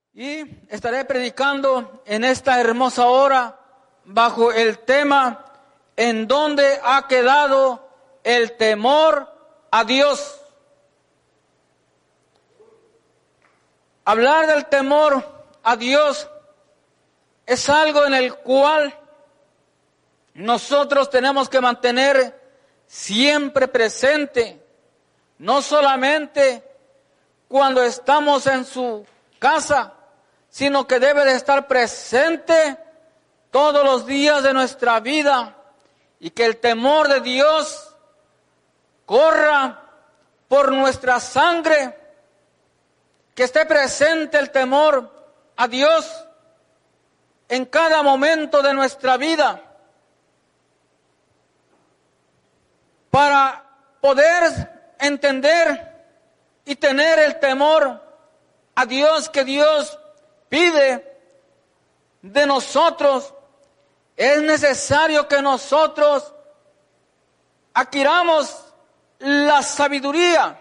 Y estaré predicando en esta hermosa hora bajo el tema ¿en dónde ha quedado el temor a Dios? Hablar del temor a Dios es algo en el cual nosotros tenemos que mantener siempre presente, no solamente cuando estamos en su casa, sino que debe de estar presente todos los días de nuestra vida, y que el temor de Dios corra por nuestra sangre, que esté presente el temor a Dios en cada momento de nuestra vida, para poder entender y tener el temor a Dios que Dios pide de nosotros. Es necesario que nosotros adquiramos la sabiduría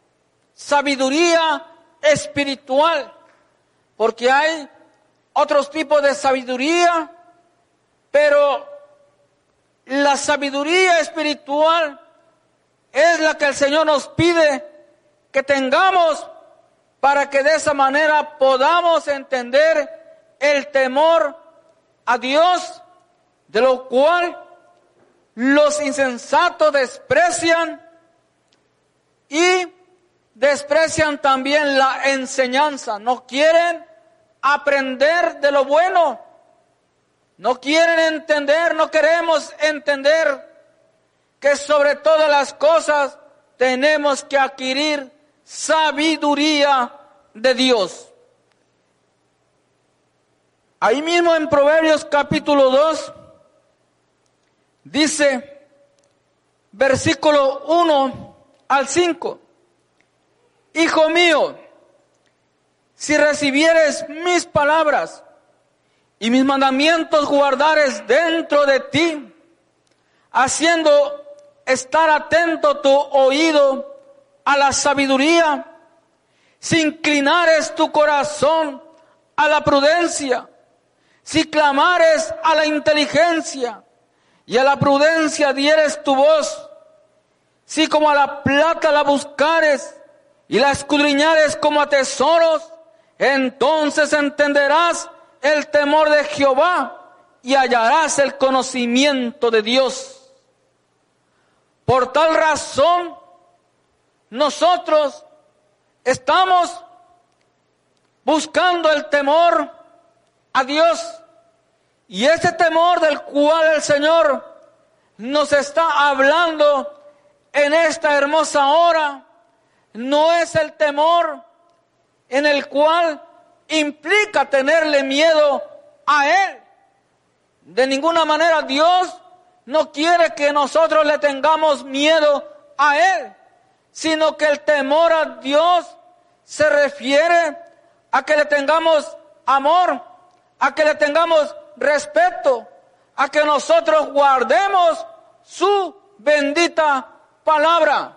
espiritual, porque hay otros tipos de sabiduría, pero la sabiduría espiritual es la que el Señor nos pide que tengamos, para que de esa manera podamos entender el temor a Dios, de lo cual los insensatos desprecian y desprecian también la enseñanza. No quieren aprender de lo bueno, no quieren entender, no queremos entender que sobre todas las cosas tenemos que adquirir sabiduría de Dios. Ahí mismo en Proverbios capítulo 2 dice, versículo 1 al 5, Hijo mío, si recibieres mis palabras y mis mandamientos guardares dentro de ti, haciendo estar atento tu oído a la sabiduría, si inclinares tu corazón a la prudencia, si clamares a la inteligencia y a la prudencia dieres tu voz, si como a la plata la buscares y la escudriñares como a tesoros, entonces entenderás el temor de Jehová y hallarás el conocimiento de Dios. Por tal razón, nosotros estamos buscando el temor a Dios, y ese temor del cual el Señor nos está hablando en esta hermosa hora no es el temor en el cual implica tenerle miedo a Él. De ninguna manera Dios no quiere que nosotros le tengamos miedo a Él, sino que el temor a Dios se refiere a que le tengamos amor, a que le tengamos respeto, a que nosotros guardemos su bendita palabra.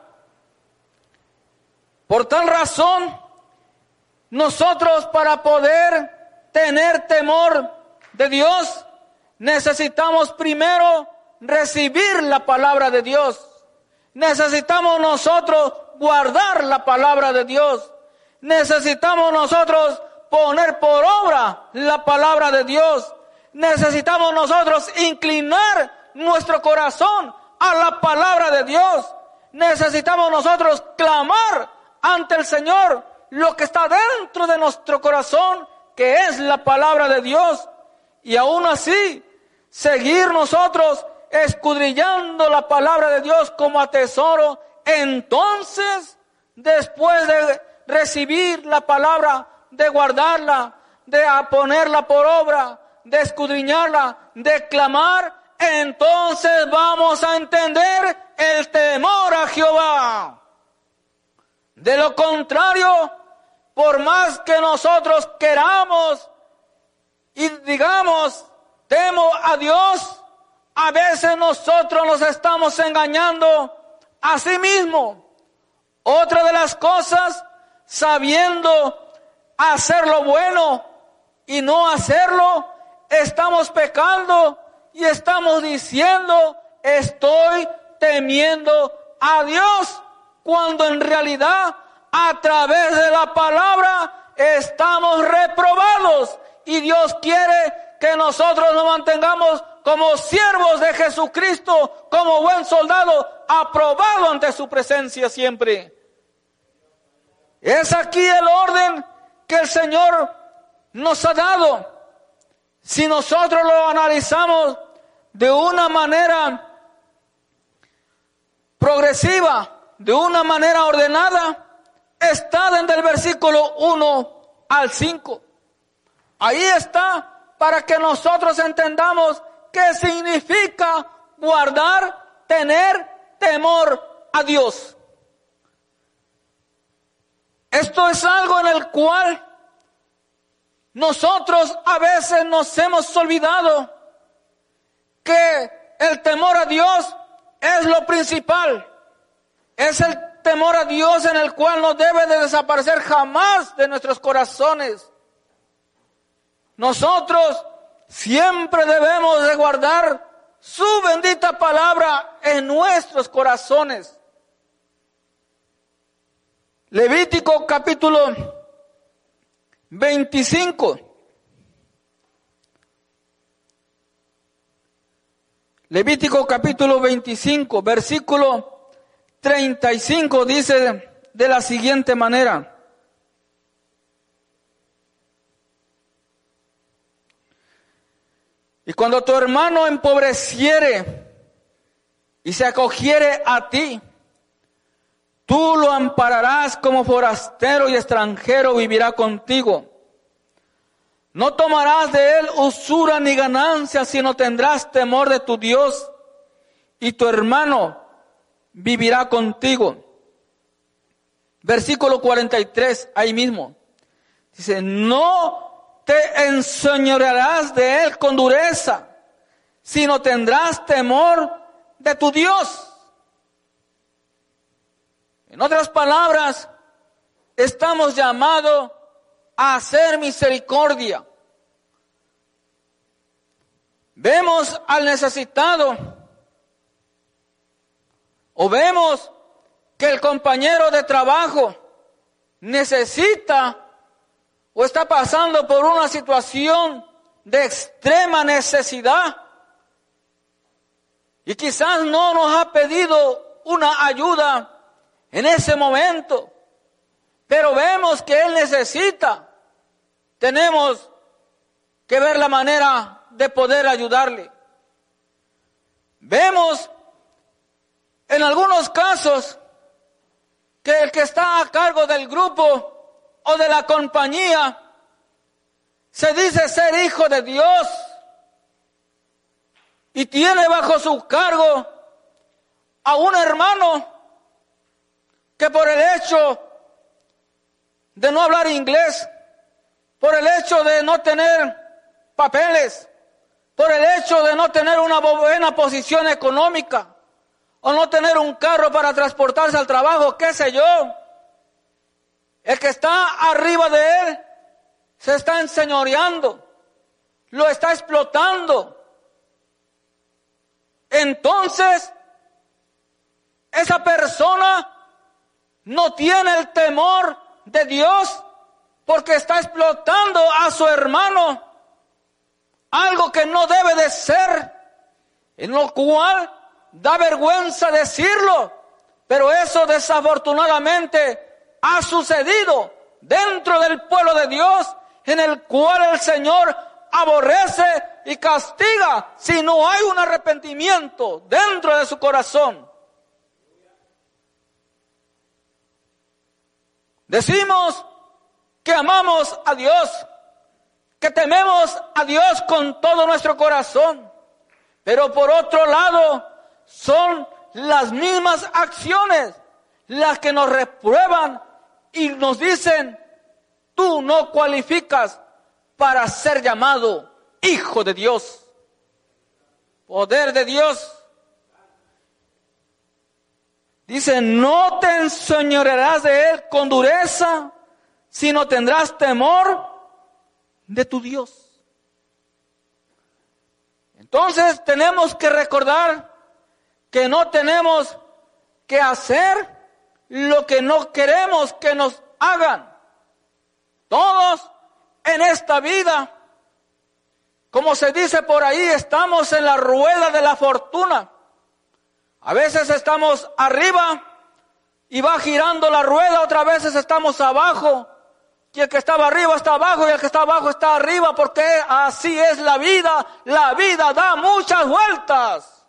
Por tal razón, nosotros, para poder tener temor de Dios, necesitamos primero recibir la palabra de Dios. Necesitamos nosotros guardar la palabra de Dios. Necesitamos nosotros poner por obra la palabra de Dios. Necesitamos nosotros inclinar nuestro corazón a la palabra de Dios. Necesitamos nosotros clamar ante el Señor lo que está dentro de nuestro corazón, que es la palabra de Dios. Y aún así, seguir nosotros escudriñando la palabra de Dios como a tesoro. Entonces, después de recibir la palabra, de guardarla, de ponerla por obra, de escudriñarla, de clamar, entonces vamos a entender el temor a Jehová. De lo contrario, por más que nosotros queramos y digamos, temo a Dios, a veces nosotros nos estamos engañando a sí mismos. Otra de las cosas, sabiendo hacer lo bueno y no hacerlo, estamos pecando y estamos diciendo, estoy temiendo a Dios, cuando en realidad a través de la palabra estamos reprobados y Dios quiere que nosotros nos mantengamos como siervos de Jesucristo, como buen soldado, aprobado ante su presencia siempre. Es aquí el orden que el Señor nos ha dado. Si nosotros lo analizamos de una manera progresiva, de una manera ordenada, está desde el versículo 1 al 5. Ahí está para que nosotros entendamos qué significa guardar, tener temor a Dios. Esto es algo en el cual nosotros a veces nos hemos olvidado que el temor a Dios es lo principal. Es el temor a Dios en el cual no debe de desaparecer jamás de nuestros corazones. Nosotros siempre debemos de guardar su bendita palabra en nuestros corazones. Levítico capítulo 25. Levítico capítulo 25, versículo 35 dice de la siguiente manera. Y cuando tu hermano empobreciere y se acogiere a ti, tú lo ampararás como forastero y extranjero vivirá contigo. No tomarás de él usura ni ganancia, sino tendrás temor de tu Dios, y tu hermano vivirá contigo. Versículo 43, ahí mismo. Dice, no te enseñorearás de él con dureza, sino tendrás temor de tu Dios. En otras palabras, estamos llamados a hacer misericordia. Vemos al necesitado, o vemos que el compañero de trabajo necesita o está pasando por una situación de extrema necesidad y quizás no nos ha pedido una ayuda en ese momento, pero vemos que él necesita. Tenemos que ver la manera de poder ayudarle. Vemos en algunos casos que el que está a cargo del grupo o de la compañía se dice ser hijo de Dios y tiene bajo su cargo a un hermano que por el hecho de no hablar inglés, por el hecho de no tener papeles, por el hecho de no tener una buena posición económica, o no tener un carro para transportarse al trabajo, qué sé yo, el que está arriba de él se está enseñoreando, lo está explotando. Entonces, esa persona no tiene el temor de Dios porque está explotando a su hermano, algo que no debe de ser, en lo cual da vergüenza decirlo, pero eso desafortunadamente ha sucedido dentro del pueblo de Dios, en el cual el Señor aborrece y castiga si no hay un arrepentimiento dentro de su corazón. Decimos que amamos a Dios, que tememos a Dios con todo nuestro corazón, pero por otro lado son las mismas acciones las que nos reprueban y nos dicen, tú no cualificas para ser llamado hijo de Dios. Poder de Dios. Dice, no te enseñorearás de él con dureza, sino tendrás temor de tu Dios. Entonces tenemos que recordar que no tenemos que hacer lo que no queremos que nos hagan. Todos en esta vida, como se dice por ahí, estamos en la rueda de la fortuna. A veces estamos arriba y va girando la rueda, otras veces estamos abajo. Y el que estaba arriba está abajo y el que está abajo está arriba, porque así es la vida. La vida da muchas vueltas.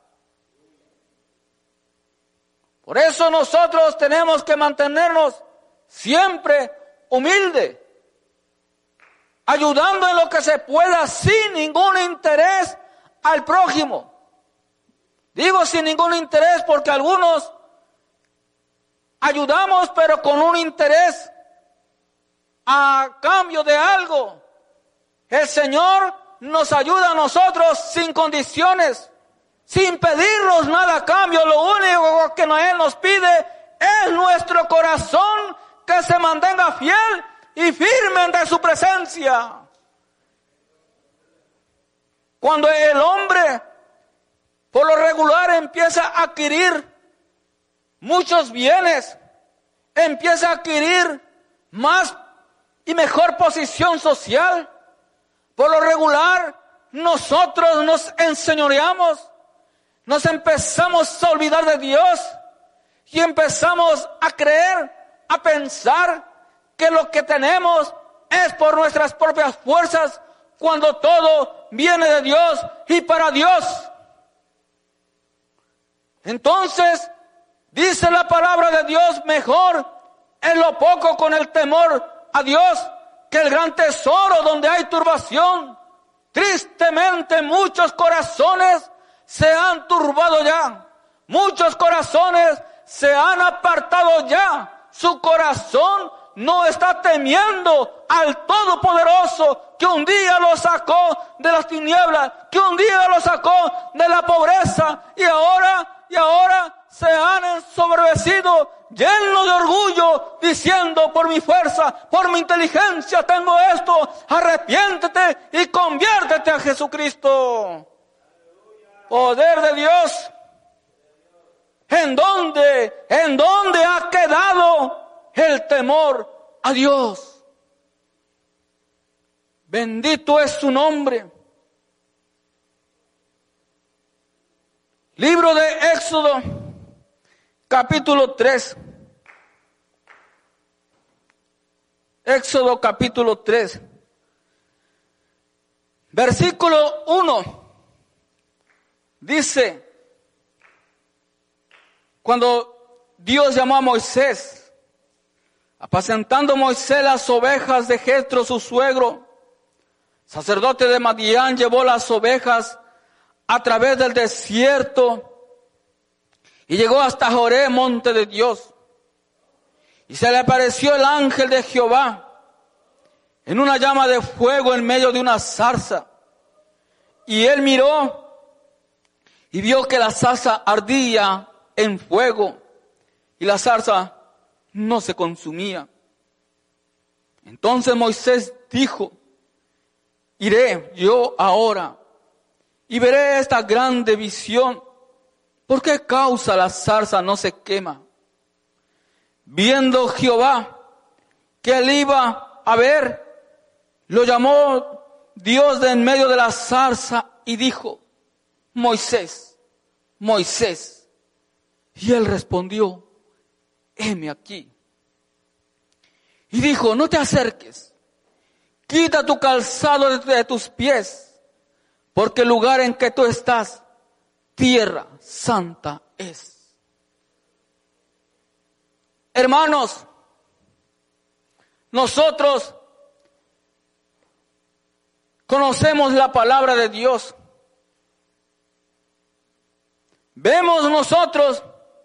Por eso nosotros tenemos que mantenernos siempre humildes, ayudando en lo que se pueda sin ningún interés al prójimo. Digo sin ningún interés porque algunos ayudamos pero con un interés a cambio de algo. El Señor nos ayuda a nosotros sin condiciones, sin pedirnos nada a cambio. Lo único que Él nos pide es nuestro corazón que se mantenga fiel y firme ante su presencia. Cuando el hombre por lo regular empieza a adquirir muchos bienes, empieza a adquirir más y mejor posición social, por lo regular nosotros nos enseñoreamos, nos empezamos a olvidar de Dios y empezamos a creer, a pensar que lo que tenemos es por nuestras propias fuerzas, cuando todo viene de Dios y para Dios. Entonces, dice la palabra de Dios, mejor es lo poco con el temor a Dios que el gran tesoro donde hay turbación. Tristemente muchos corazones se han turbado ya. Muchos corazones se han apartado ya. Su corazón no está temiendo al Todopoderoso, que un día lo sacó de las tinieblas, que un día lo sacó de la pobreza, y ahora se han ensoberbecido, llenos de orgullo, diciendo: por mi fuerza, por mi inteligencia tengo esto. Arrepiéntete y conviértete a Jesucristo. Poder de Dios. ¿En dónde ha quedado el temor a Dios? Bendito es su nombre. Libro de Éxodo, capítulo 3. Éxodo capítulo 3. Versículo 1. Dice: cuando Dios llamó a Moisés, apacentando Moisés las ovejas de Jetro su suegro, sacerdote de Madián, llevó las ovejas a través del desierto y llegó hasta Joré, monte de Dios. Y se le apareció el ángel de Jehová en una llama de fuego en medio de una zarza. Y él miró y vio que la zarza ardía en fuego y la zarza no se consumía. Entonces Moisés dijo: iré yo ahora y veré esta grande visión. ¿Por qué causa la zarza no se quema? Viendo Jehová que él iba a ver, lo llamó Dios de en medio de la zarza y dijo: Moisés, Moisés. Y él respondió: heme aquí. Y dijo: no te acerques, quita tu calzado de tus pies, porque el lugar en que tú estás, tierra santa es. Hermanos, nosotros conocemos la palabra de Dios. Vemos nosotros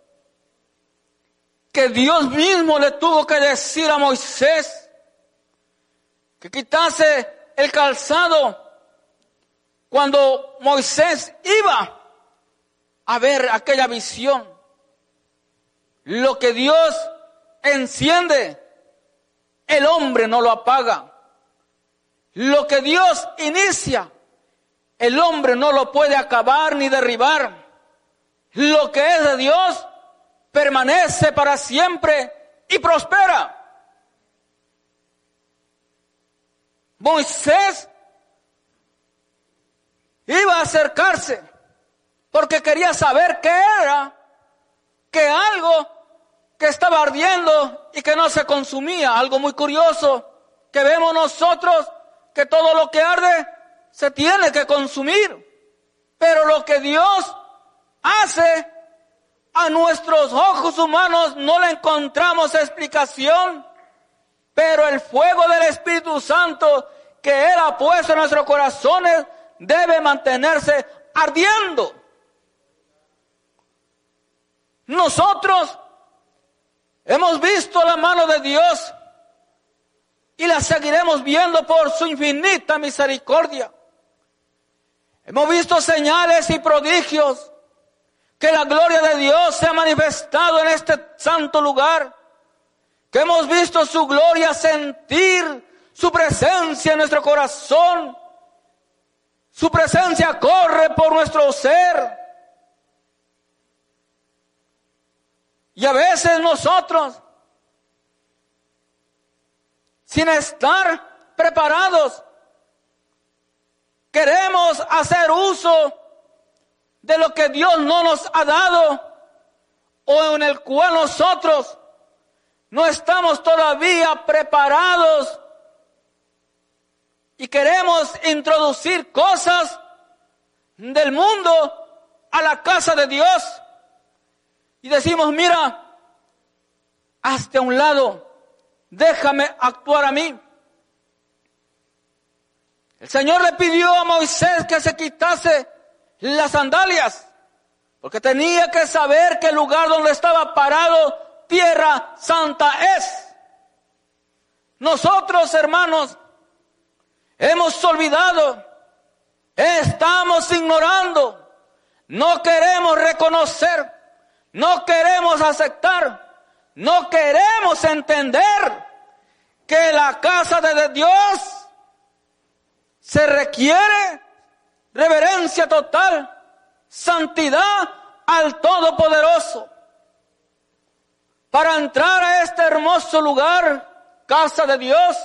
que Dios mismo le tuvo que decir a Moisés que quitase el calzado cuando Moisés iba a ver aquella visión. Lo que Dios enciende el hombre no lo apaga. Lo que Dios inicia, el hombre no lo puede acabar ni derribar. Lo que es de Dios permanece para siempre y prospera. Moisés iba a acercarse porque quería saber qué era, que algo que estaba ardiendo y que no se consumía. Algo muy curioso que vemos nosotros, que todo lo que arde se tiene que consumir. Pero lo que Dios hace, a nuestros ojos humanos no le encontramos explicación. Pero el fuego del Espíritu Santo que Él ha puesto en nuestros corazones debe mantenerse ardiendo. Nosotros hemos visto la mano de Dios y la seguiremos viendo por su infinita misericordia. Hemos visto señales y prodigios, que la gloria de Dios se ha manifestado en este santo lugar, que hemos visto su gloria, sentir su presencia en nuestro corazón. Su presencia corre por nuestro ser. Y a veces nosotros, sin estar preparados, queremos hacer uso de lo que Dios no nos ha dado, o en el cual nosotros no estamos todavía preparados, y queremos introducir cosas del mundo a la casa de Dios. Y decimos, mira, hazte a un lado, déjame actuar a mí. El Señor le pidió a Moisés que se quitase las sandalias, porque tenía que saber que el lugar donde estaba parado, tierra santa es. Nosotros, hermanos, hemos olvidado, estamos ignorando, no queremos reconocer, no queremos aceptar, no queremos entender que la casa de Dios se requiere reverencia total, santidad al Todopoderoso. Para entrar a este hermoso lugar, casa de Dios,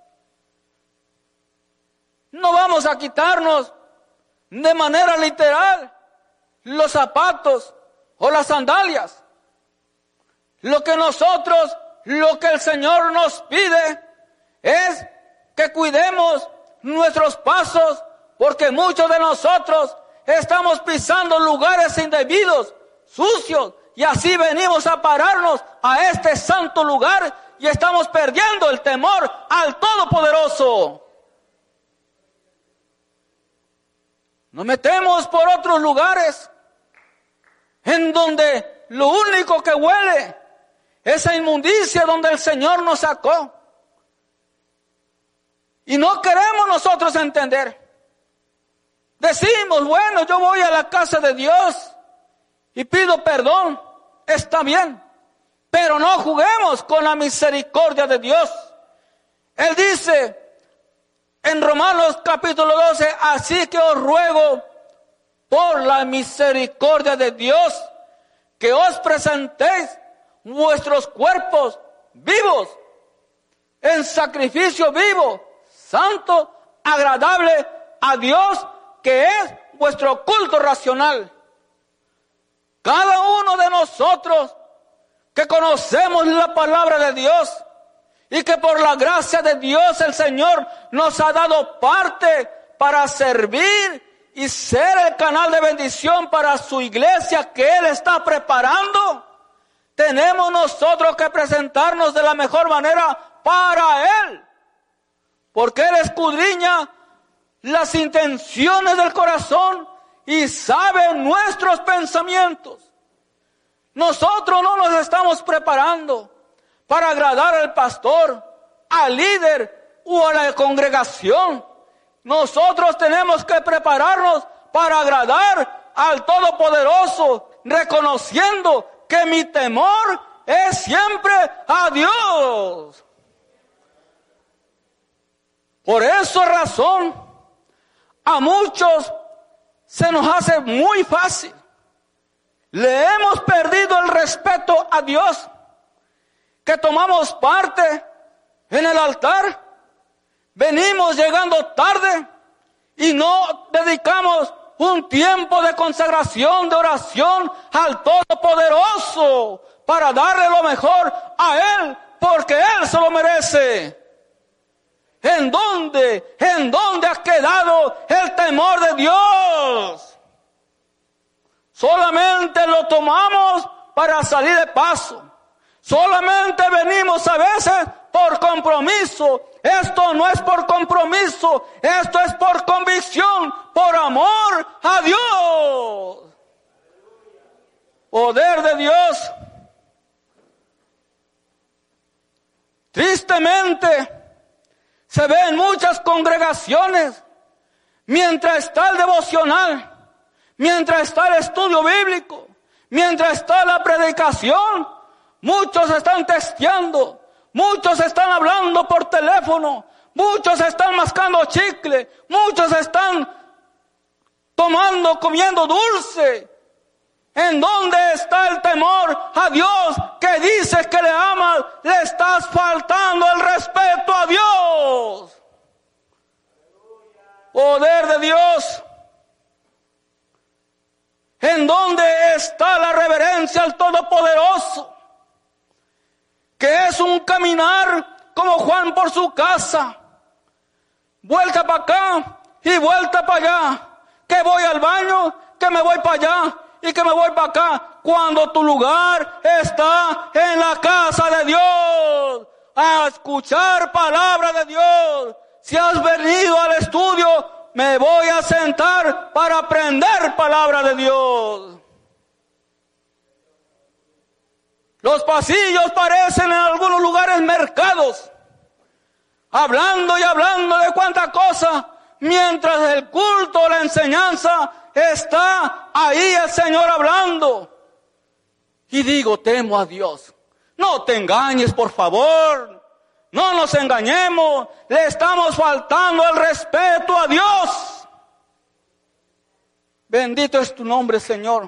no vamos a quitarnos de manera literal los zapatos o las sandalias. Lo que el Señor nos pide es que cuidemos nuestros pasos, porque muchos de nosotros estamos pisando lugares indebidos, sucios, y así venimos a pararnos a este santo lugar y estamos perdiendo el temor al Todopoderoso. Nos metemos por otros lugares en donde lo único que huele es a inmundicia donde el Señor nos sacó. Y no queremos nosotros entender. Decimos, bueno, yo voy a la casa de Dios y pido perdón, está bien, pero no juguemos con la misericordia de Dios. Él dice en Romanos capítulo 12, así que os ruego por la misericordia de Dios que os presentéis vuestros cuerpos vivos en sacrificio vivo, santo, agradable a Dios, que es vuestro culto racional. Cada uno de nosotros que conocemos la palabra de Dios y que por la gracia de Dios el Señor nos ha dado parte para servir y ser el canal de bendición para su iglesia que Él está preparando, tenemos nosotros que presentarnos de la mejor manera para Él, porque Él escudriña las intenciones del corazón y sabe nuestros pensamientos. Nosotros no nos estamos preparando para agradar al pastor, al líder o a la congregación. Nosotros tenemos que prepararnos para agradar al Todopoderoso, reconociendo que mi temor es siempre a Dios. Por esa razón, a muchos se nos hace muy fácil. Le hemos perdido el respeto a Dios, que tomamos parte en el altar, venimos llegando tarde y no dedicamos un tiempo de consagración, de oración al Todopoderoso para darle lo mejor a Él, porque Él se lo merece. ¿En dónde ha quedado el temor de Dios? Solamente lo tomamos para salir de paso. Solamente venimos a veces por compromiso. Esto no es por compromiso, esto es por convicción, por amor a Dios. Poder de Dios. Tristemente, se ve en muchas congregaciones, mientras está el devocional, mientras está el estudio bíblico, mientras está la predicación, muchos están texteando, muchos están hablando por teléfono, muchos están mascando chicle, muchos están comiendo dulce. ¿En dónde está el temor a Dios que dices que le amas? Le estás faltando el respeto a Dios. Poder de Dios. ¿En dónde está la reverencia al Todopoderoso? Que es un caminar como Juan por su casa. Vuelta para acá y vuelta para allá. Que voy al baño, que me voy para allá y que me voy para acá. Cuando tu lugar está en la casa de Dios. A escuchar palabra de Dios. Si has venido al estudio, me voy a sentar para aprender palabra de Dios. Los pasillos parecen en algunos lugares mercados, hablando y hablando de cuánta cosa, mientras el culto, la enseñanza, está ahí el Señor hablando. Y digo, temo a Dios. No te engañes, por favor. No nos engañemos. Le estamos faltando el respeto a Dios. Bendito es tu nombre, Señor.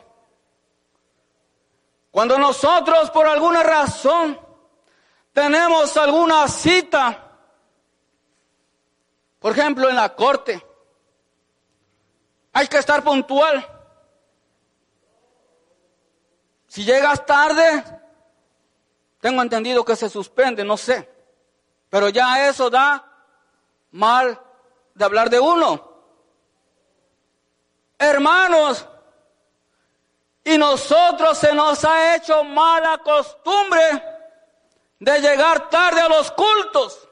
Cuando nosotros por alguna razón tenemos alguna cita, por ejemplo en la corte, hay que estar puntual. Si llegas tarde, tengo entendido que se suspende, no sé. Pero ya eso da mal de hablar de uno. Hermanos, y nosotros se nos ha hecho mala costumbre de llegar tarde a los cultos.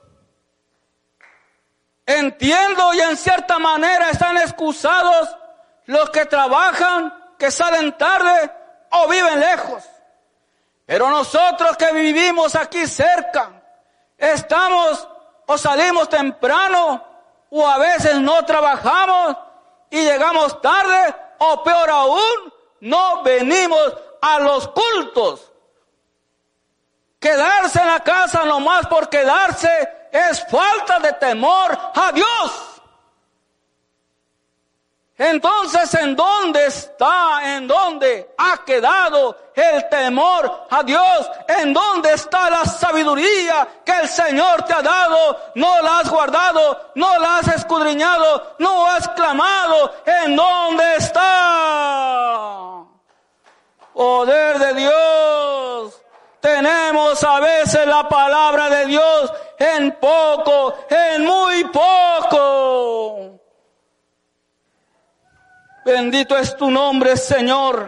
Entiendo y en cierta manera están excusados los que trabajan, que salen tarde o viven lejos. Pero nosotros que vivimos aquí cerca, estamos o salimos temprano o a veces no trabajamos y llegamos tarde o peor aún, no venimos a los cultos. Quedarse en la casa nomás por quedarse es falta de temor a Dios. Entonces, ¿en dónde está? ¿En dónde ha quedado el temor a Dios? ¿En dónde está la sabiduría que el Señor te ha dado? No la has guardado, no la has escudriñado, no has clamado. ¿En dónde está? Poder de Dios. Tenemos a veces la palabra de Dios en poco, en muy poco. Bendito es tu nombre, Señor.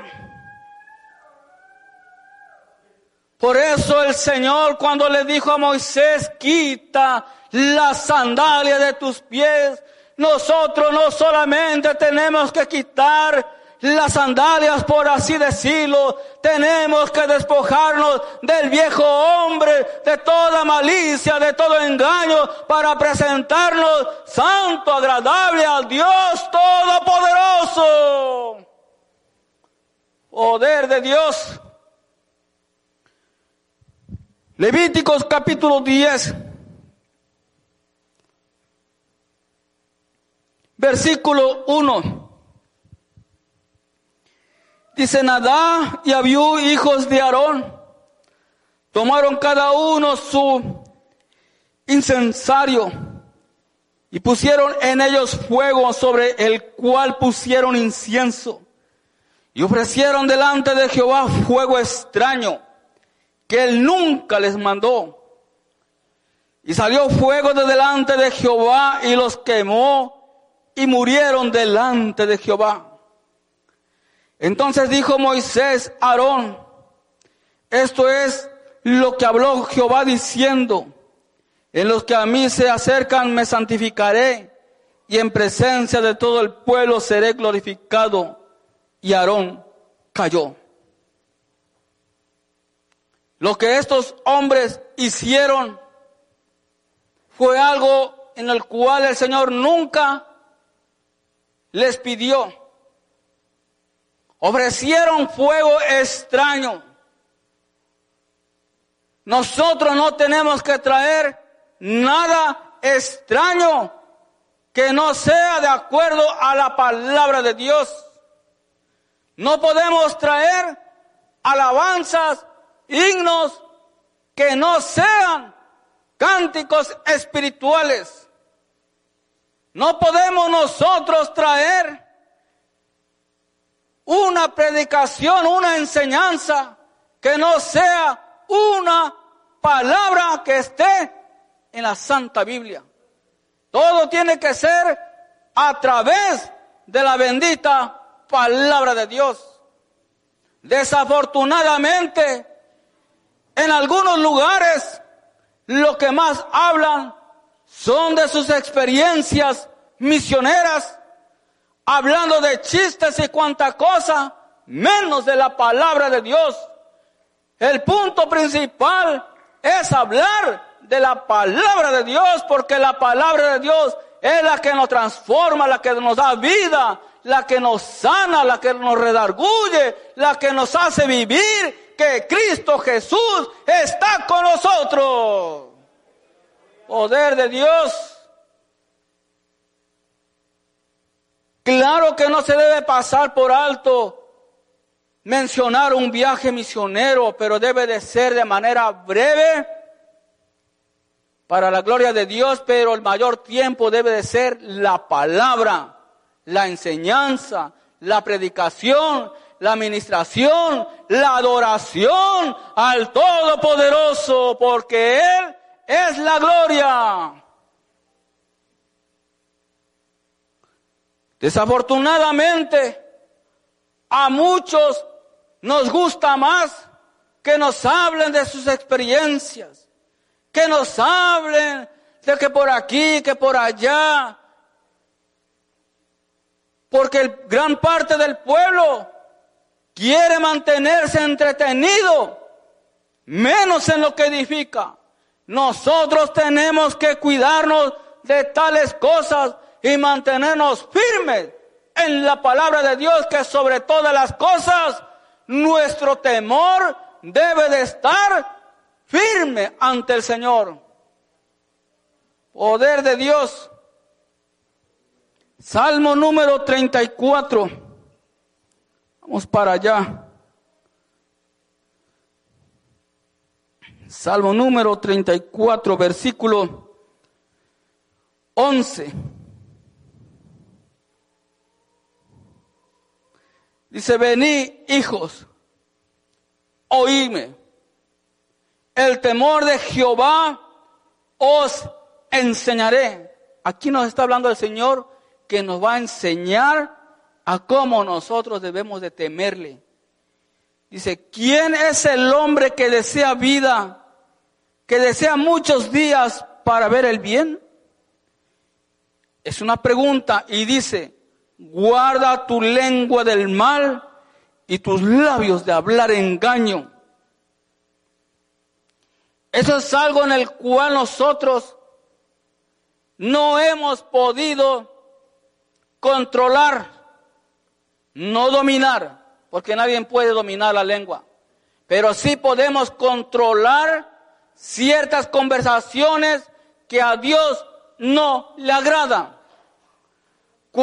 Por eso el Señor, cuando le dijo a Moisés, quita las sandalias de tus pies, nosotros no solamente tenemos que quitar las sandalias, por así decirlo, tenemos que despojarnos del viejo hombre, de toda malicia, de todo engaño, para presentarnos santo, agradable al Dios Todopoderoso. Poder de Dios. Levíticos capítulo 10. versículo 1. Dice: Nadab y Abiú, hijos de Aarón, tomaron cada uno su incensario y pusieron en ellos fuego, sobre el cual pusieron incienso, y ofrecieron delante de Jehová fuego extraño que él nunca les mandó. Y salió fuego de delante de Jehová y los quemó, y murieron delante de Jehová. Entonces dijo Moisés a Aarón: esto es lo que habló Jehová diciendo: en los que a mí se acercan me santificaré, y en presencia de todo el pueblo seré glorificado. Y Aarón cayó. Lo que estos hombres hicieron fue algo en el cual el Señor nunca les pidió. Ofrecieron fuego extraño. Nosotros no tenemos que traer nada extraño que no sea de acuerdo a la palabra de Dios. No podemos traer alabanzas, himnos que no sean cánticos espirituales. No podemos nosotros traer una predicación, una enseñanza que no sea una palabra que esté en la Santa Biblia. Todo tiene que ser a través de la bendita palabra de Dios. Desafortunadamente, en algunos lugares, lo que más hablan son de sus experiencias misioneras, hablando de chistes y cuanta cosa, menos de la palabra de Dios. El punto principal es hablar de la palabra de Dios, porque la palabra de Dios es la que nos transforma, la que nos da vida, la que nos sana, la que nos redarguye, la que nos hace vivir que Cristo Jesús está con nosotros. Poder de Dios. Claro que no se debe pasar por alto mencionar un viaje misionero, pero debe de ser de manera breve para la gloria de Dios, pero el mayor tiempo debe de ser la palabra, la enseñanza, la predicación, la administración, la adoración al Todopoderoso, porque Él es la gloria. Desafortunadamente, a muchos nos gusta más que nos hablen de sus experiencias, que nos hablen de que por aquí, que por allá, porque gran parte del pueblo quiere mantenerse entretenido, menos en lo que edifica. Nosotros tenemos que cuidarnos de tales cosas y mantenernos firmes en la palabra de Dios, que sobre todas las cosas nuestro temor debe de estar firme ante el Señor. Poder de Dios. Salmo número 34. Vamos para allá. Salmo número 34, versículo 11. Dice: venid, hijos, oídme. El temor de Jehová os enseñaré. Aquí nos está hablando el Señor, que nos va a enseñar a cómo nosotros debemos de temerle. Dice: ¿quién es el hombre que desea vida, que desea muchos días para ver el bien? Es una pregunta, y dice: guarda tu lengua del mal y tus labios de hablar engaño. Eso es algo en el cual nosotros no hemos podido controlar, no dominar, porque nadie puede dominar la lengua, pero sí podemos controlar ciertas conversaciones que a Dios no le agradan.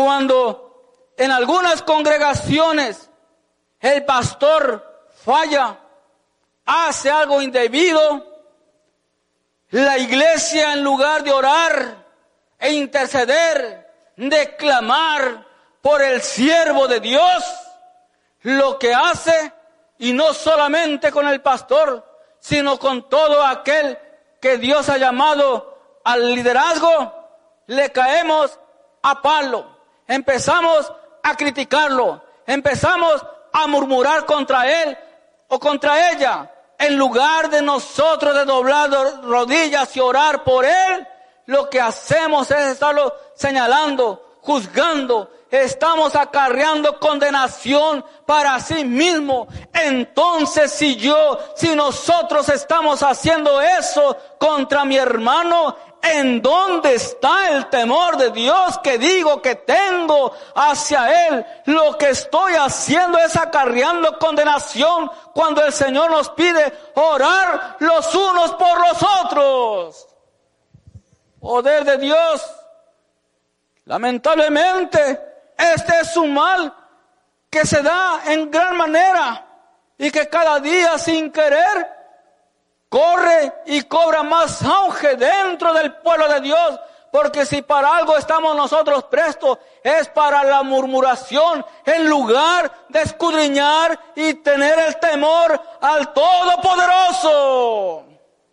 cuando en algunas congregaciones el pastor falla, hace algo indebido, la iglesia, en lugar de orar e interceder, de clamar por el siervo de Dios, lo que hace, y no solamente con el pastor, sino con todo aquel que Dios ha llamado al liderazgo, le caemos a palo, empezamos a criticarlo, empezamos a murmurar contra él o contra ella. En lugar de nosotros de doblar rodillas y orar por él, lo que hacemos es estarlo señalando, juzgando, estamos acarreando condenación para sí mismo. Entonces, si nosotros estamos haciendo eso contra mi hermano, ¿en dónde está el temor de Dios que digo que tengo hacia él? Lo que estoy haciendo es acarreando condenación cuando el Señor nos pide orar los unos por los otros. Poder de Dios. Lamentablemente, este es un mal que se da en gran manera y que cada día sin querer corre y cobra más auge dentro del pueblo de Dios, porque si para algo estamos nosotros prestos, es para la murmuración, en lugar de escudriñar y tener el temor al Todopoderoso.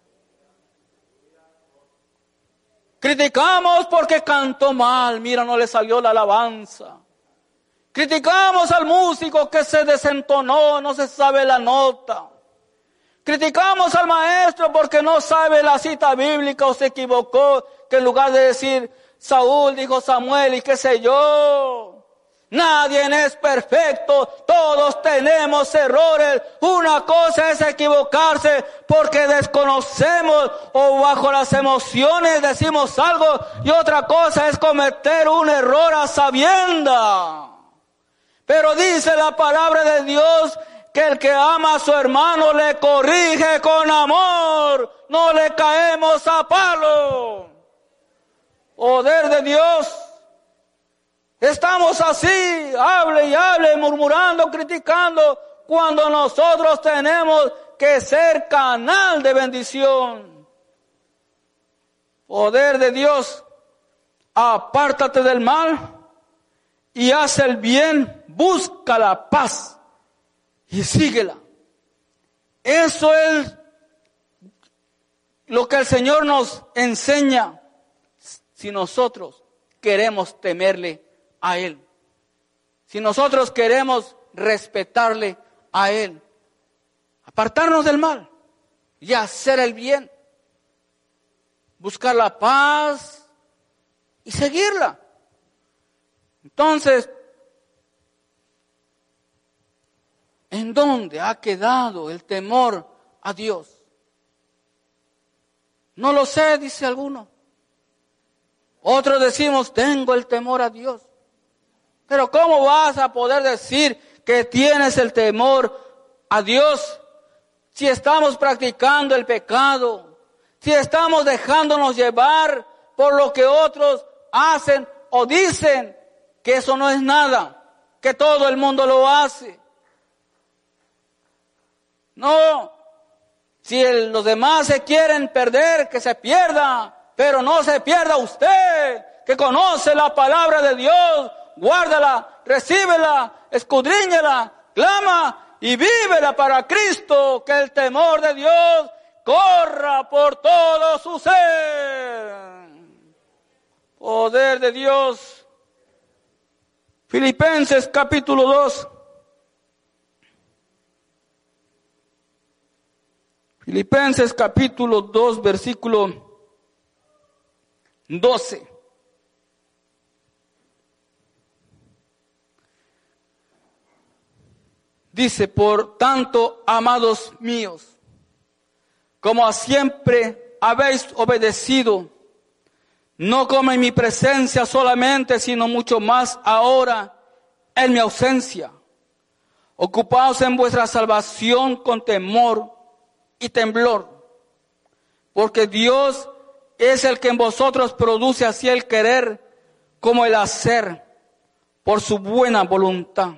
Criticamos porque cantó mal, mira, no le salió la alabanza. Criticamos al músico que se desentonó, no se sabe la nota. Criticamos al maestro porque no sabe la cita bíblica o se equivocó, que en lugar de decir Saúl dijo Samuel y qué sé yo. Nadie es perfecto, todos tenemos errores. Una cosa es equivocarse porque desconocemos o bajo las emociones decimos algo, y otra cosa es cometer un error a sabiendas. Pero dice la palabra de Dios que el que ama a su hermano le corrige con amor, no le caemos a palo. Poder de Dios. Estamos así, hable y hable, murmurando, criticando, cuando nosotros tenemos que ser canal de bendición. Poder de Dios, apártate del mal y haz el bien, busca la paz y síguela. Eso es lo que el Señor nos enseña si nosotros queremos temerle a Él. Si nosotros queremos respetarle a Él, apartarnos del mal y hacer el bien, buscar la paz y seguirla. Entonces, ¿en dónde ha quedado el temor a Dios? No lo sé, dice alguno. Otros decimos, tengo el temor a Dios. Pero ¿cómo vas a poder decir que tienes el temor a Dios si estamos practicando el pecado? Si estamos dejándonos llevar por lo que otros hacen o dicen, que eso no es nada, que todo el mundo lo hace. No, si los demás se quieren perder, que se pierda, pero no se pierda usted, que conoce la palabra de Dios. Guárdala, recíbela, escudriñala, clama y vívela para Cristo, que el temor de Dios corra por todo su ser. Poder de Dios. Filipenses capítulo 2. Filipenses capítulo 2, versículo 12. Dice, por tanto, amados míos, como a siempre habéis obedecido, no como en mi presencia solamente, sino mucho más ahora en mi ausencia. Ocupaos en vuestra salvación con temor y temblor, porque Dios es el que en vosotros produce así el querer como el hacer por su buena voluntad.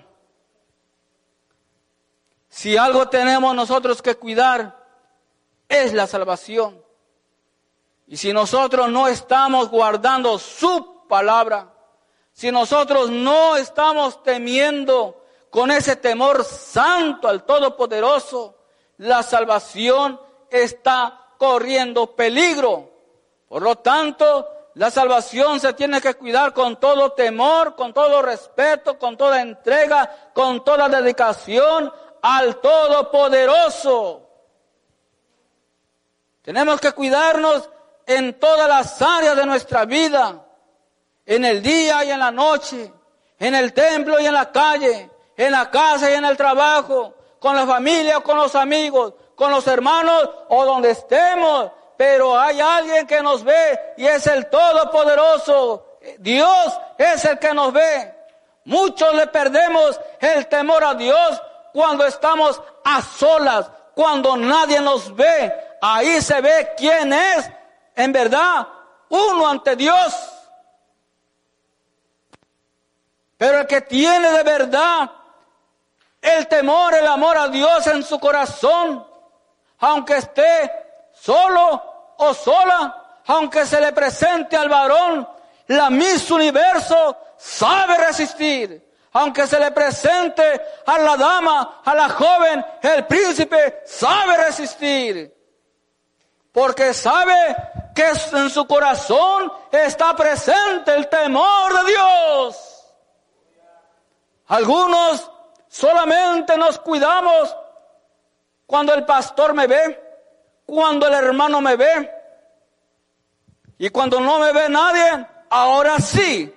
Si algo tenemos nosotros que cuidar, es la salvación. Y si nosotros no estamos guardando su palabra, si nosotros no estamos temiendo con ese temor santo al Todopoderoso, la salvación está corriendo peligro. Por lo tanto, la salvación se tiene que cuidar con todo temor, con todo respeto, con toda entrega, con toda dedicación al Todopoderoso. Tenemos que cuidarnos en todas las áreas de nuestra vida, en el día y en la noche, en el templo y en la calle, en la casa y en el trabajo, con la familia o con los amigos, con los hermanos o donde estemos. Pero hay alguien que nos ve y es el Todopoderoso. Dios es el que nos ve. Muchos le perdemos el temor a Dios cuando estamos a solas, cuando nadie nos ve. Ahí se ve quién es en verdad uno ante Dios. Pero el que tiene de verdad el temor, el amor a Dios en su corazón, aunque esté solo o sola, aunque se le presente al varón la Miss Universo, sabe resistir. Aunque se le presente a la dama, a la joven, el príncipe, sabe resistir. Porque sabe que en su corazón está presente el temor de Dios. Algunos solamente nos cuidamos cuando el pastor me ve, cuando el hermano me ve. Y cuando no me ve nadie, ahora sí.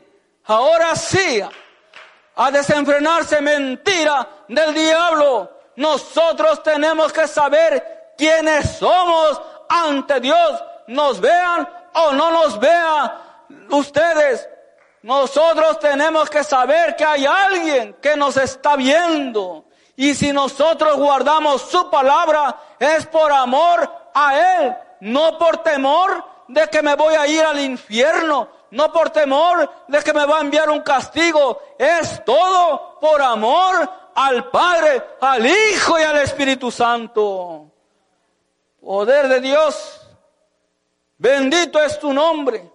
A desenfrenarse mentira del diablo. Nosotros tenemos que saber quiénes somos ante Dios. Nos vean o no nos vean ustedes. Nosotros tenemos que saber que hay alguien que nos está viendo. Y si nosotros guardamos su palabra, es por amor a Él, no por temor de que me voy a ir al infierno, no por temor de que me va a enviar un castigo. Es todo por amor al Padre, al Hijo y al Espíritu Santo. Poder de Dios, bendito es tu nombre.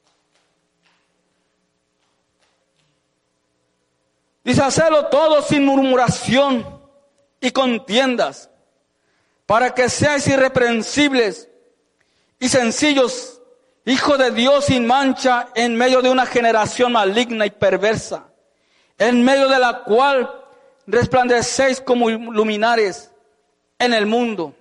Dice, hacedlo todo sin murmuración y contiendas, para que seáis irreprensibles y sencillos, hijos de Dios sin mancha, en medio de una generación maligna y perversa, en medio de la cual resplandecéis como luminares en el mundo.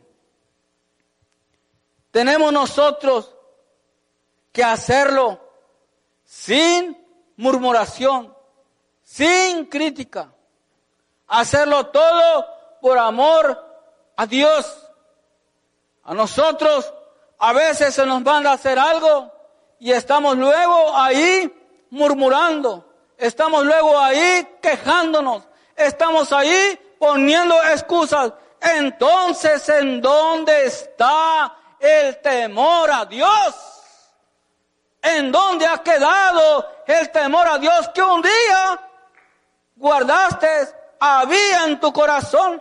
Tenemos nosotros que hacerlo sin murmuración, sin crítica. Hacerlo todo por amor a Dios. A nosotros a veces se nos manda a hacer algo y estamos luego ahí murmurando. Estamos luego ahí quejándonos. Estamos ahí poniendo excusas. Entonces, ¿en dónde está el temor a Dios? ¿En dónde ha quedado el temor a Dios que un día guardaste, había en tu corazón?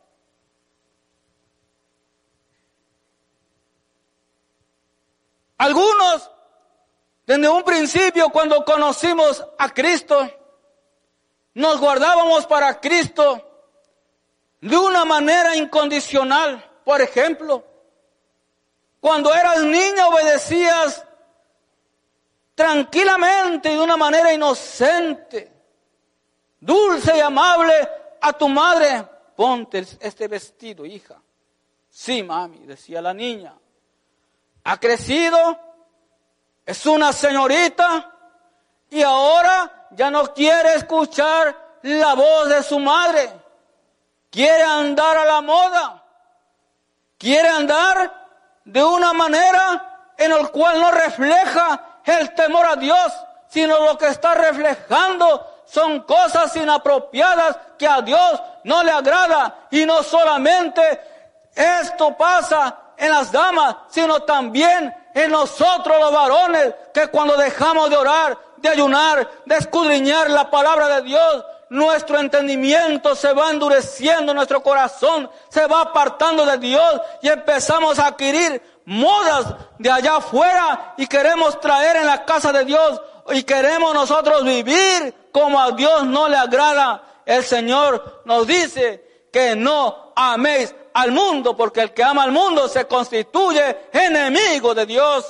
Algunos, desde un principio, cuando conocimos a Cristo, nos guardábamos para Cristo de una manera incondicional. Por ejemplo, cuando eras niña obedecías tranquilamente y de una manera inocente, dulce y amable a tu madre. Ponte este vestido, hija. Sí, mami, decía la niña. Ha crecido, es una señorita y ahora ya no quiere escuchar la voz de su madre. Quiere andar a la moda. Quiere andar de una manera en la cual no refleja el temor a Dios, sino lo que está reflejando son cosas inapropiadas que a Dios no le agrada. Y no solamente esto pasa en las damas, sino también en nosotros los varones, que cuando dejamos de orar, de ayunar, de escudriñar la palabra de Dios, nuestro entendimiento se va endureciendo, nuestro corazón se va apartando de Dios y empezamos a adquirir modas de allá afuera y queremos traer en la casa de Dios y queremos nosotros vivir como a Dios no le agrada. El Señor nos dice que no améis al mundo, porque el que ama al mundo se constituye enemigo de Dios.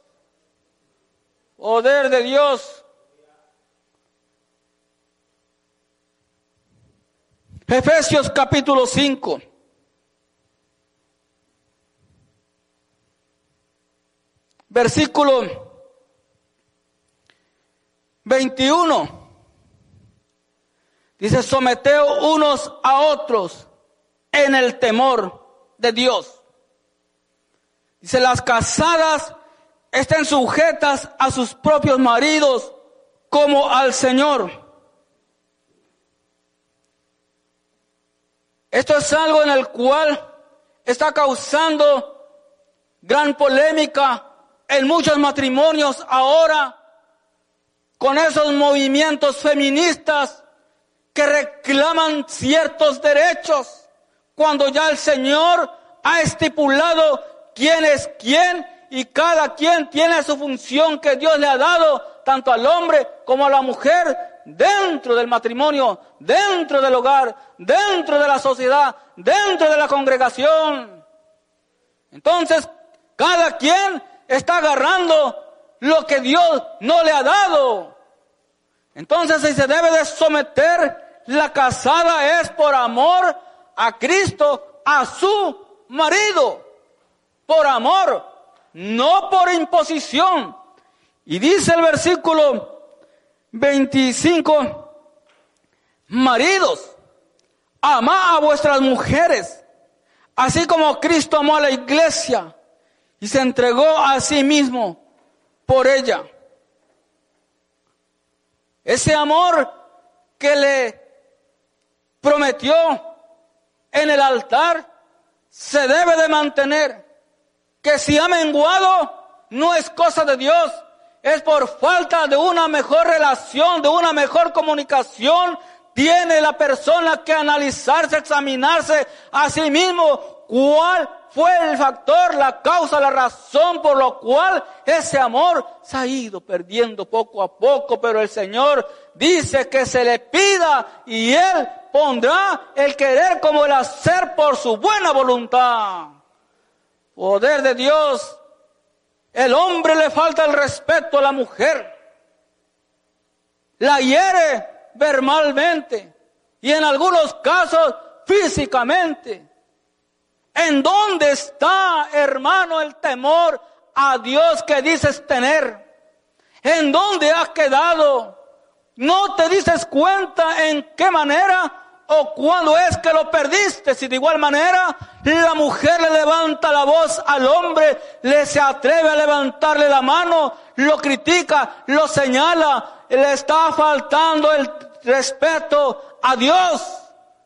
Poder de Dios. Efesios capítulo 5. Versículo 21. Dice, someteos unos a otros en el temor de Dios. Dice, las casadas estén sujetas a sus propios maridos como al Señor. Esto es algo en el cual está causando gran polémica en muchos matrimonios ahora, con esos movimientos feministas que reclaman ciertos derechos, cuando ya el Señor ha estipulado quién es quién y cada quien tiene su función que Dios le ha dado, tanto al hombre como a la mujer, dentro del matrimonio, dentro del hogar, dentro de la sociedad, dentro de la congregación. Entonces, cada quien está agarrando lo que Dios no le ha dado. Entonces, si se debe de someter, la casada es por amor a Cristo, a su marido, por amor, no por imposición. Y dice el versículo 25, maridos, amad a vuestras mujeres, así como Cristo amó a la iglesia y se entregó a sí mismo por ella. Ese amor que le prometió en el altar se debe de mantener. Que si ha menguado no es cosa de Dios, es por falta de una mejor relación, de una mejor comunicación. Tiene la persona que analizarse, examinarse a sí mismo cuál fue el factor, la causa, la razón por lo cual ese amor se ha ido perdiendo poco a poco. Pero el Señor dice que se le pida y Él pondrá el querer como el hacer por su buena voluntad. Poder de Dios. El hombre le falta el respeto a la mujer. La hiere verbalmente y en algunos casos físicamente. ¿En dónde está, hermano, el temor a Dios que dices tener? ¿En dónde has quedado? ¿No te dices cuenta en qué manera o cuándo es que lo perdiste? Si de igual manera la mujer le levanta la voz al hombre, le se atreve a levantarle la mano, lo critica, lo señala, le está faltando el respeto a Dios.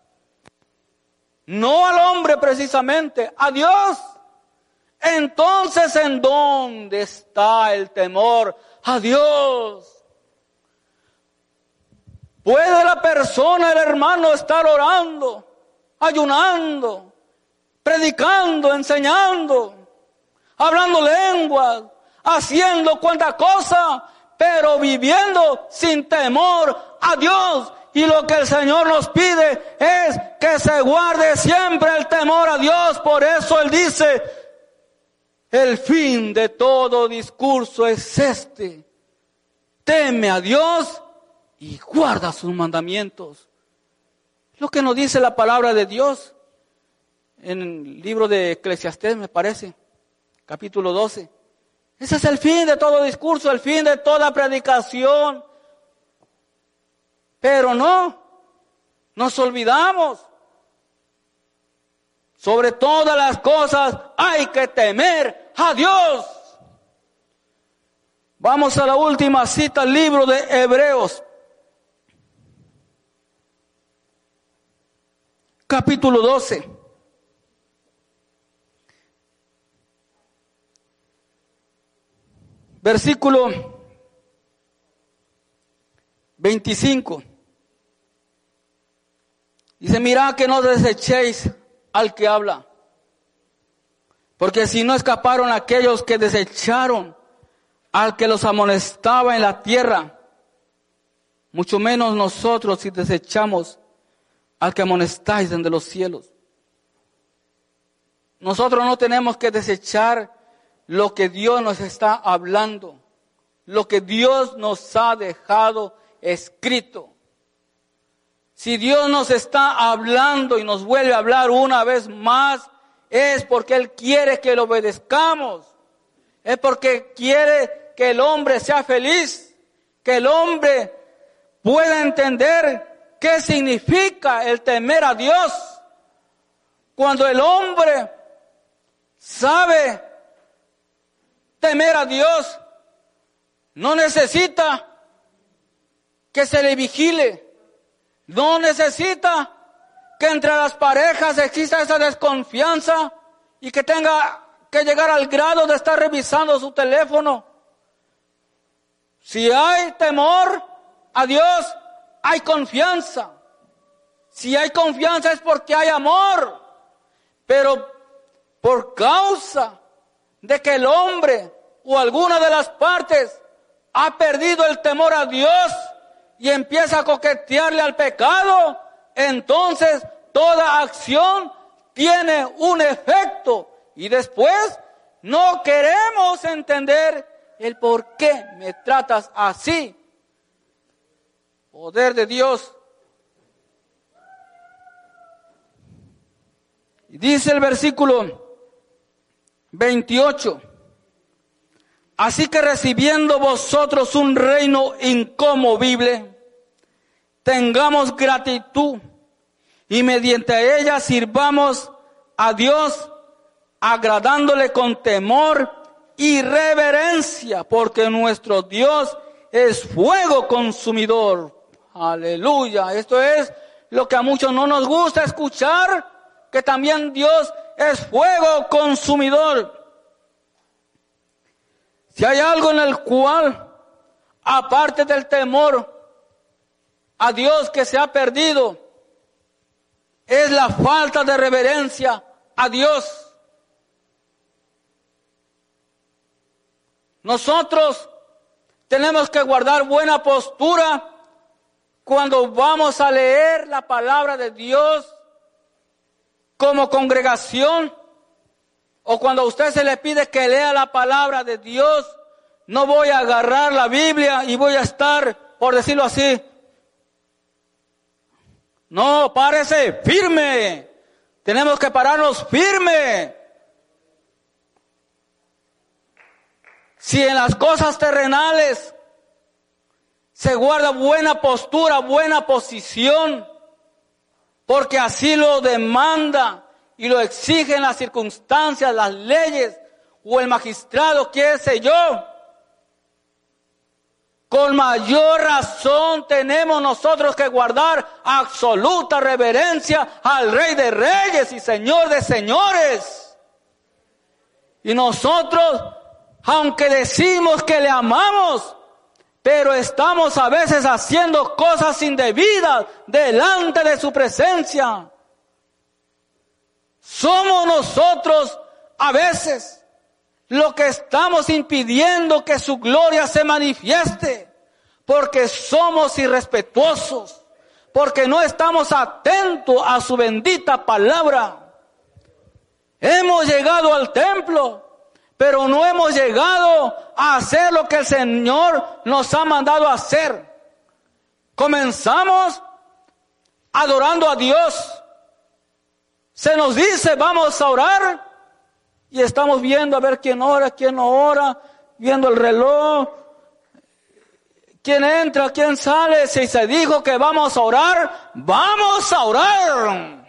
No al hombre precisamente, a Dios. Entonces, ¿en dónde está el temor a Dios? ¿Puede la persona, el hermano, estar orando, ayunando, predicando, enseñando, hablando lenguas, haciendo cuanta cosa, pero viviendo sin temor a Dios? Y lo que el Señor nos pide es que se guarde siempre el temor a Dios. Por eso Él dice, el fin de todo discurso es este: teme a Dios y guarda sus mandamientos. Lo que nos dice la palabra de Dios en el libro de Eclesiastés, me parece, capítulo 12. Ese es el fin de todo discurso, el fin de toda predicación. Pero no, nos olvidamos. Sobre todas las cosas hay que temer a Dios. Vamos a la última cita, el libro de Hebreos, capítulo 12. Versículo 25. Dice, mirad que no desechéis al que habla, porque si no escaparon aquellos que desecharon al que los amonestaba en la tierra, mucho menos nosotros si desechamos al que amonestáis desde los cielos. Nosotros no tenemos que desechar lo que Dios nos está hablando, lo que Dios nos ha dejado escrito. Si Dios nos está hablando y nos vuelve a hablar una vez más, es porque Él quiere que lo obedezcamos. Es porque quiere que el hombre sea feliz, que el hombre pueda entender qué significa el temer a Dios. Cuando el hombre sabe temer a Dios, no necesita que se le vigile. No necesita que entre las parejas exista esa desconfianza y que tenga que llegar al grado de estar revisando su teléfono. Si hay temor a Dios, hay confianza. Si hay confianza es porque hay amor. Pero por causa de que el hombre o alguna de las partes ha perdido el temor a Dios y empieza a coquetearle al pecado, entonces toda acción tiene un efecto y después no queremos entender el por qué me tratas así. Poder de Dios. Y dice el versículo 28. Así que recibiendo vosotros un reino inconmovible, tengamos gratitud y mediante ella sirvamos a Dios, agradándole con temor y reverencia, porque nuestro Dios es fuego consumidor. Aleluya. Esto es lo que a muchos no nos gusta escuchar, que también Dios es fuego consumidor. Si hay algo en el cual, aparte del temor a Dios que se ha perdido, es la falta de reverencia a Dios. Nosotros tenemos que guardar buena postura cuando vamos a leer la palabra de Dios como congregación, o cuando a usted se le pide que lea la palabra de Dios. No voy a agarrar la Biblia y voy a estar, por decirlo así. No, párese firme. Tenemos que pararnos firme. Si en las cosas terrenales se guarda buena postura, buena posición, porque así lo demanda y lo exigen las circunstancias, las leyes o el magistrado, qué sé yo, con mayor razón tenemos nosotros que guardar absoluta reverencia al Rey de Reyes y Señor de Señores. Y nosotros, aunque decimos que le amamos, pero estamos a veces haciendo cosas indebidas delante de su presencia. Somos nosotros a veces lo que estamos impidiendo que su gloria se manifieste, porque somos irrespetuosos, porque no estamos atentos a su bendita palabra. Hemos llegado al templo, pero no hemos llegado a hacer lo que el Señor nos ha mandado a hacer. Comenzamos adorando a Dios. Se nos dice, vamos a orar, y estamos viendo a ver quién ora, quién no ora, viendo el reloj, quién entra, quién sale. Si se dijo que vamos a orar, vamos a orar.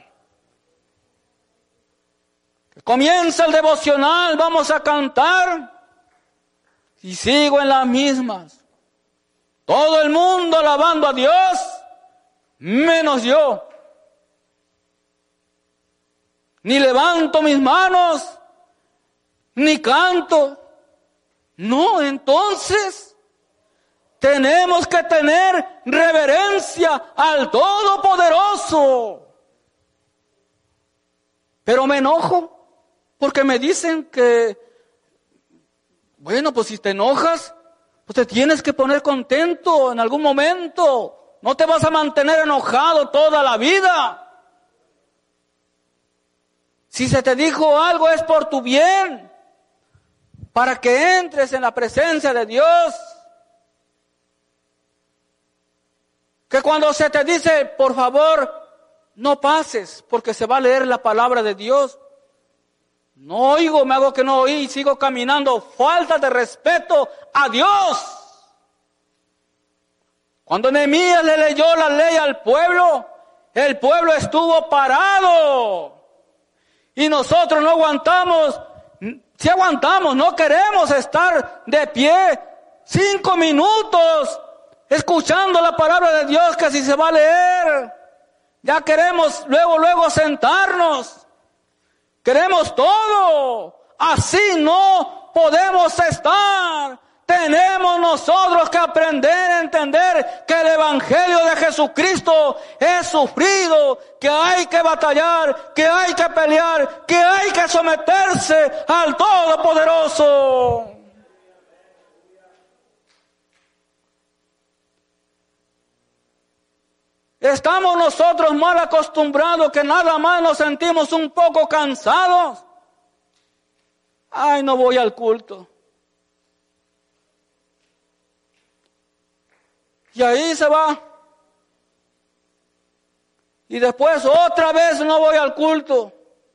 Comienza el devocional, vamos a cantar, y sigo en las mismas. Todo el mundo alabando a Dios, menos yo. Ni levanto mis manos, ni canto. No, entonces, Tenemos que tener reverencia al Todopoderoso. Pero me enojo porque me dicen que, bueno, pues si te enojas, pues te tienes que poner contento en algún momento. No te vas a mantener enojado toda la vida. Si se te dijo algo es por tu bien, para que entres en la presencia de Dios. Que cuando se te dice, por favor, no pases, porque se va a leer la palabra de Dios. No oigo, me hago que no oí y sigo caminando. Falta de respeto a Dios. Cuando Nehemías le leyó la ley al pueblo, el pueblo estuvo parado. Y nosotros no aguantamos. Si aguantamos, no queremos estar de pie 5 minutos escuchando la palabra de Dios que si se va a leer. Ya queremos luego sentarnos. Queremos todo. Así no podemos estar. Tenemos nosotros que aprender a entender que el Evangelio de Jesucristo es sufrido, que hay que batallar, que hay que pelear, que hay que someterse al Todopoderoso. Estamos nosotros mal acostumbrados que nada más nos sentimos un poco cansados. Ay, no voy al culto. Y ahí se va. Y después otra vez no voy al culto.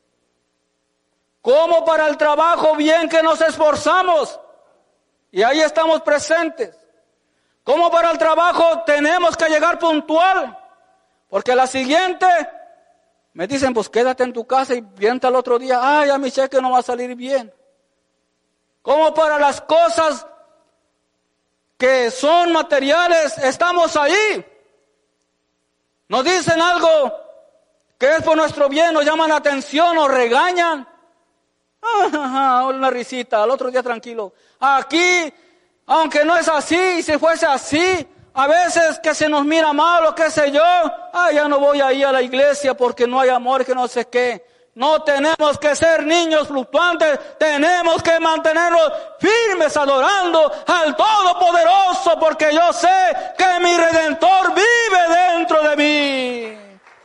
Como para el trabajo bien que nos esforzamos. Y ahí estamos presentes. Como para el trabajo tenemos que llegar puntual. Porque a la siguiente me dicen, pues quédate en tu casa y vienta el otro día. Ay, a mi cheque no va a salir bien. Como para las cosas que son materiales, estamos ahí. Nos dicen algo que es por nuestro bien, nos llaman la atención, nos regañan. Una risita, al otro día tranquilo. Aquí, aunque no es así, si fuese así, a veces que se nos mira mal o qué sé yo, ya no voy ahí a la iglesia porque no hay amor, que no sé qué. No tenemos que ser niños fluctuantes, tenemos que mantenernos firmes adorando al Todopoderoso, porque yo sé que mi Redentor vive dentro de mí.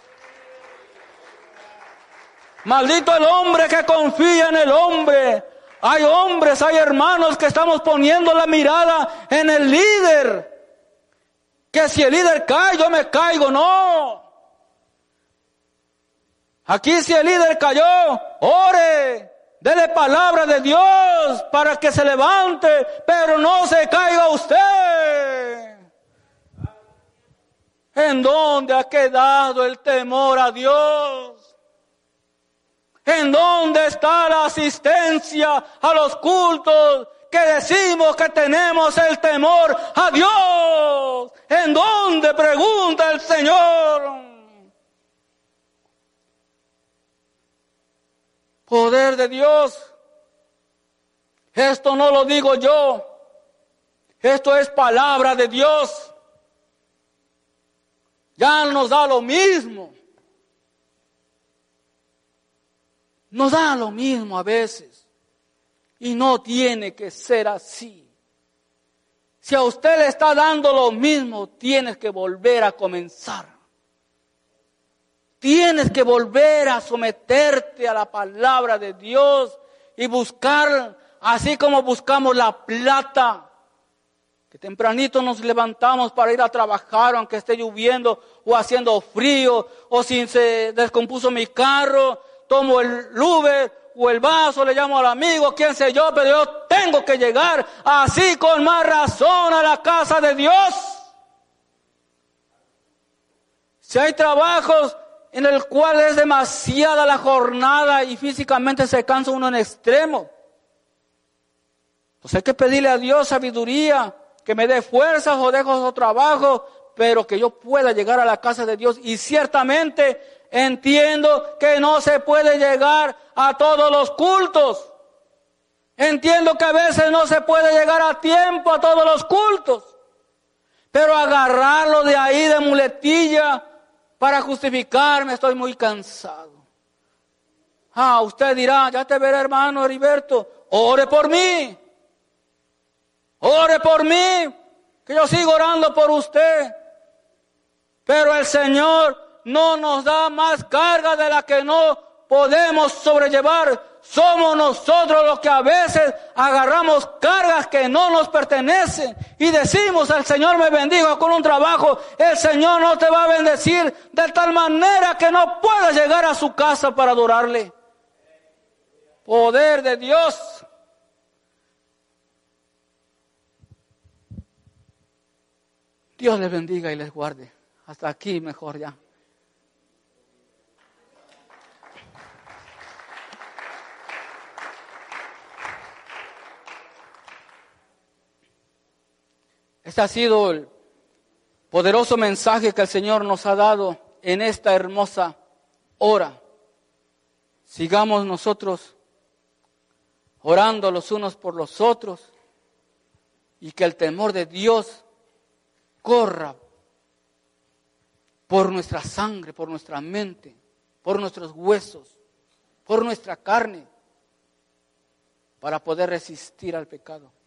Maldito el hombre que confía en el hombre. Hay hombres, hay hermanos que estamos poniendo la mirada en el líder. Que si el líder cae, yo me caigo, no. Aquí si el líder cayó, ore, dele palabra de Dios para que se levante, pero no se caiga usted. ¿En dónde ha quedado el temor a Dios? ¿En dónde está la asistencia a los cultos que decimos que tenemos el temor a Dios? ¿En dónde? Pregunta el Señor. Poder de Dios. Esto no lo digo yo. Esto es palabra de Dios. Ya nos da lo mismo. Nos da lo mismo a veces. Y no tiene que ser así. Si a usted le está dando lo mismo, tienes que volver a comenzar. Tienes que volver a someterte a la palabra de Dios y buscar, así como buscamos la plata, que tempranito nos levantamos para ir a trabajar, aunque esté lloviendo o haciendo frío, o si se descompuso mi carro, tomo el Uber o el vaso, le llamo al amigo, quién sé yo, pero yo tengo que llegar así con más razón a la casa de Dios. Si hay trabajos en el cual es demasiada la jornada y físicamente se cansa uno en extremo, pues hay que pedirle a Dios sabiduría, que me dé fuerzas o dejo su trabajo, pero que yo pueda llegar a la casa de Dios. Y ciertamente entiendo que no se puede llegar a todos los cultos. Entiendo que a veces no se puede llegar a tiempo a todos los cultos. Pero agarrarlo de ahí de muletilla para justificarme, estoy muy cansado. Usted dirá, ya te veré, hermano Heriberto, ore por mí, que yo sigo orando por usted. Pero el Señor no nos da más carga de la que no podemos sobrellevar. Somos nosotros los que a veces agarramos cargas que no nos pertenecen y decimos, el Señor me bendiga con un trabajo. El Señor no te va a bendecir de tal manera que no puedas llegar a su casa para adorarle. Poder de Dios. Dios les bendiga y les guarde. Hasta aquí mejor ya. Este ha sido el poderoso mensaje que el Señor nos ha dado en esta hermosa hora. Sigamos nosotros orando los unos por los otros y que el temor de Dios corra por nuestra sangre, por nuestra mente, por nuestros huesos, por nuestra carne, para poder resistir al pecado.